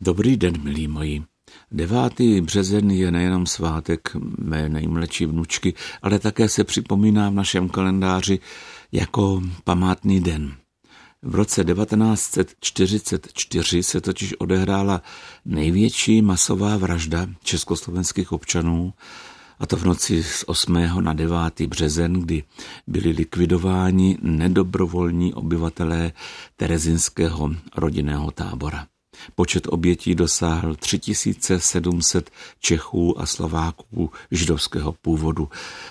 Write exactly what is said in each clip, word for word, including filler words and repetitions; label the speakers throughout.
Speaker 1: Dobrý den, milí moji. devátý březen je nejenom svátek mé nejmladší vnučky, ale také se připomíná v našem kalendáři jako památný den. V roce devatenáct set čtyřicet čtyři se totiž odehrála největší masová vražda československých občanů, a to v noci z osmého na devátý březen, kdy byli likvidováni nedobrovolní obyvatelé terezínského rodinného tábora. Počet obětí dosáhl tři tisíce sedm set Čechů a Slováků židovského původu.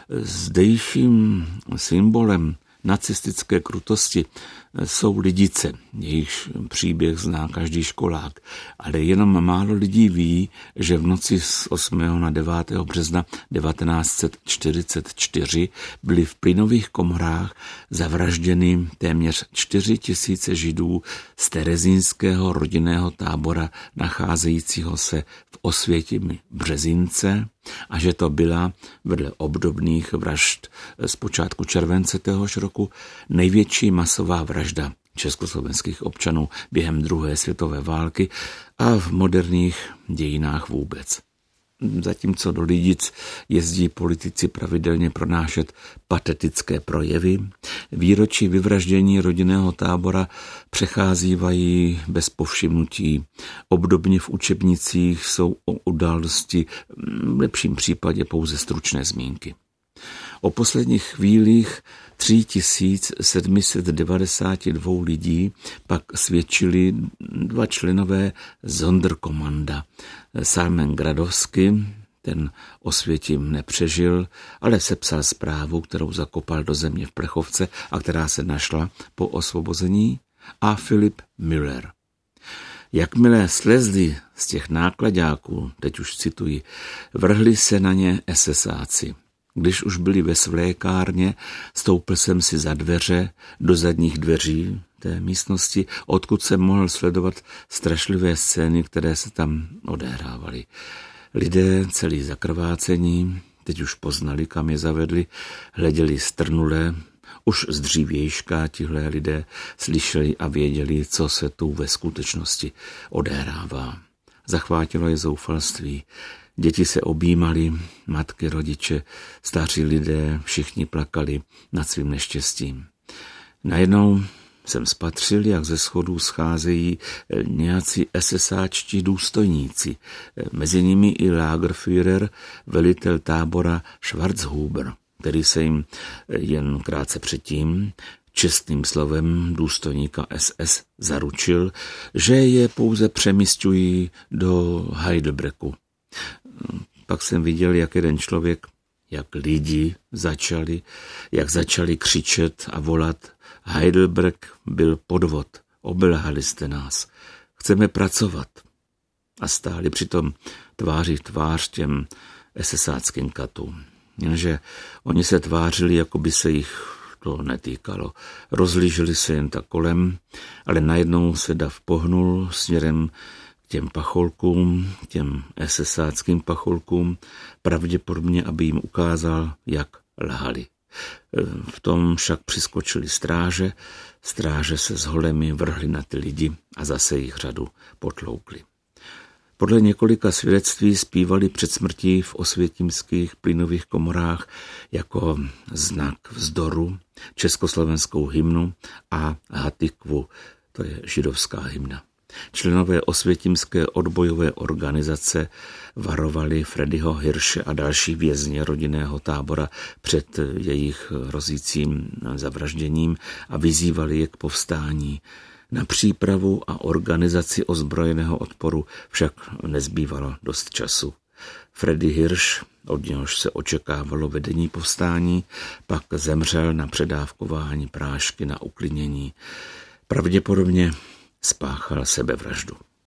Speaker 1: Zdejším symbolem nacistické krutosti jsou lidice, jejichž příběh zná každý školák, ale jenom málo lidí ví, že v noci z osmého na devátého března devatenáct set čtyřicet čtyři byly v plynových komorách zavražděny téměř čtyři tisíce židů z terezínského rodinného tábora nacházejícího se v Osvětimi Březínce a že to byla vedle obdobných vražd z počátku července téhož roku největší masová vražda československých občanů během druhé světové války a v moderních dějinách vůbec. Zatímco do Lidic jezdí politici pravidelně pronášet patetické projevy, výročí vyvraždění rodinného tábora přecházívají bez povšimnutí. Obdobně v učebnicích jsou o události v lepším případě pouze stručné zmínky. O posledních chvílích tři tisíce sedm set devadesát dva lidí pak svědčili dva členové Sonderkommanda. Salmen Gradovsky, ten Osvětim nepřežil, ale sepsal zprávu, kterou zakopal do země v Plechovce a která se našla po osvobození, a Filip Müller. Jakmile slezli z těch nákladáků, teď už cituji, vrhli se na ně esesáci. Když už byli ve svlékárně, stoupil jsem si za dveře do zadních dveří té místnosti, odkud jsem mohl sledovat strašlivé scény, které se tam odehrávaly. Lidé celý zakrvácení, teď už poznali, kam je zavedli, hleděli strnulé, už z dřívějška tihle lidé slyšeli a věděli, co se tu ve skutečnosti odehrává. Zachvátilo je zoufalství. Děti se objímali, matky, rodiče, staří lidé, všichni plakali nad svým neštěstím. Najednou jsem spatřil, jak ze schodů scházejí nějací esesáčtí důstojníci, mezi nimi i Lagerführer, velitel tábora Schwarzhuber, který se jim jen krátce předtím čestným slovem důstojníka es es zaručil, že je pouze přemísťují do Heidelbergu. Pak jsem viděl, jak jeden člověk, jak lidi začali, jak začali křičet a volat: Heidelberg byl podvod, obelhali jste nás, chceme pracovat. A stáli přitom tváří v tvář těm esesáckým katům. Jenže oni se tvářili, jako by se jich to netýkalo. Rozlíželi se jen tak kolem, ale najednou se dav pohnul směrem těm pacholkům, těm esesáckým pacholkům, pravděpodobně, aby jim ukázal, jak lhali. V tom však přiskočili stráže, stráže se s holemi vrhli na ty lidi a zase jich řadu potloukli. Podle několika svědectví zpívali před smrtí v osvětimských plynových komorách jako znak vzdoru československou hymnu a Hatikvu, to je židovská hymna. Členové osvětimské odbojové organizace varovali Freddyho Hirsche a další vězně rodinného tábora před jejich hrozícím zavražděním a vyzývali je k povstání. Na přípravu a organizaci ozbrojeného odporu však nezbývalo dost času. Freddy Hirsch, od něhož se očekávalo vedení povstání, pak zemřel na předávkování prášky na uklidnění. Pravděpodobně spáchal sebevraždu.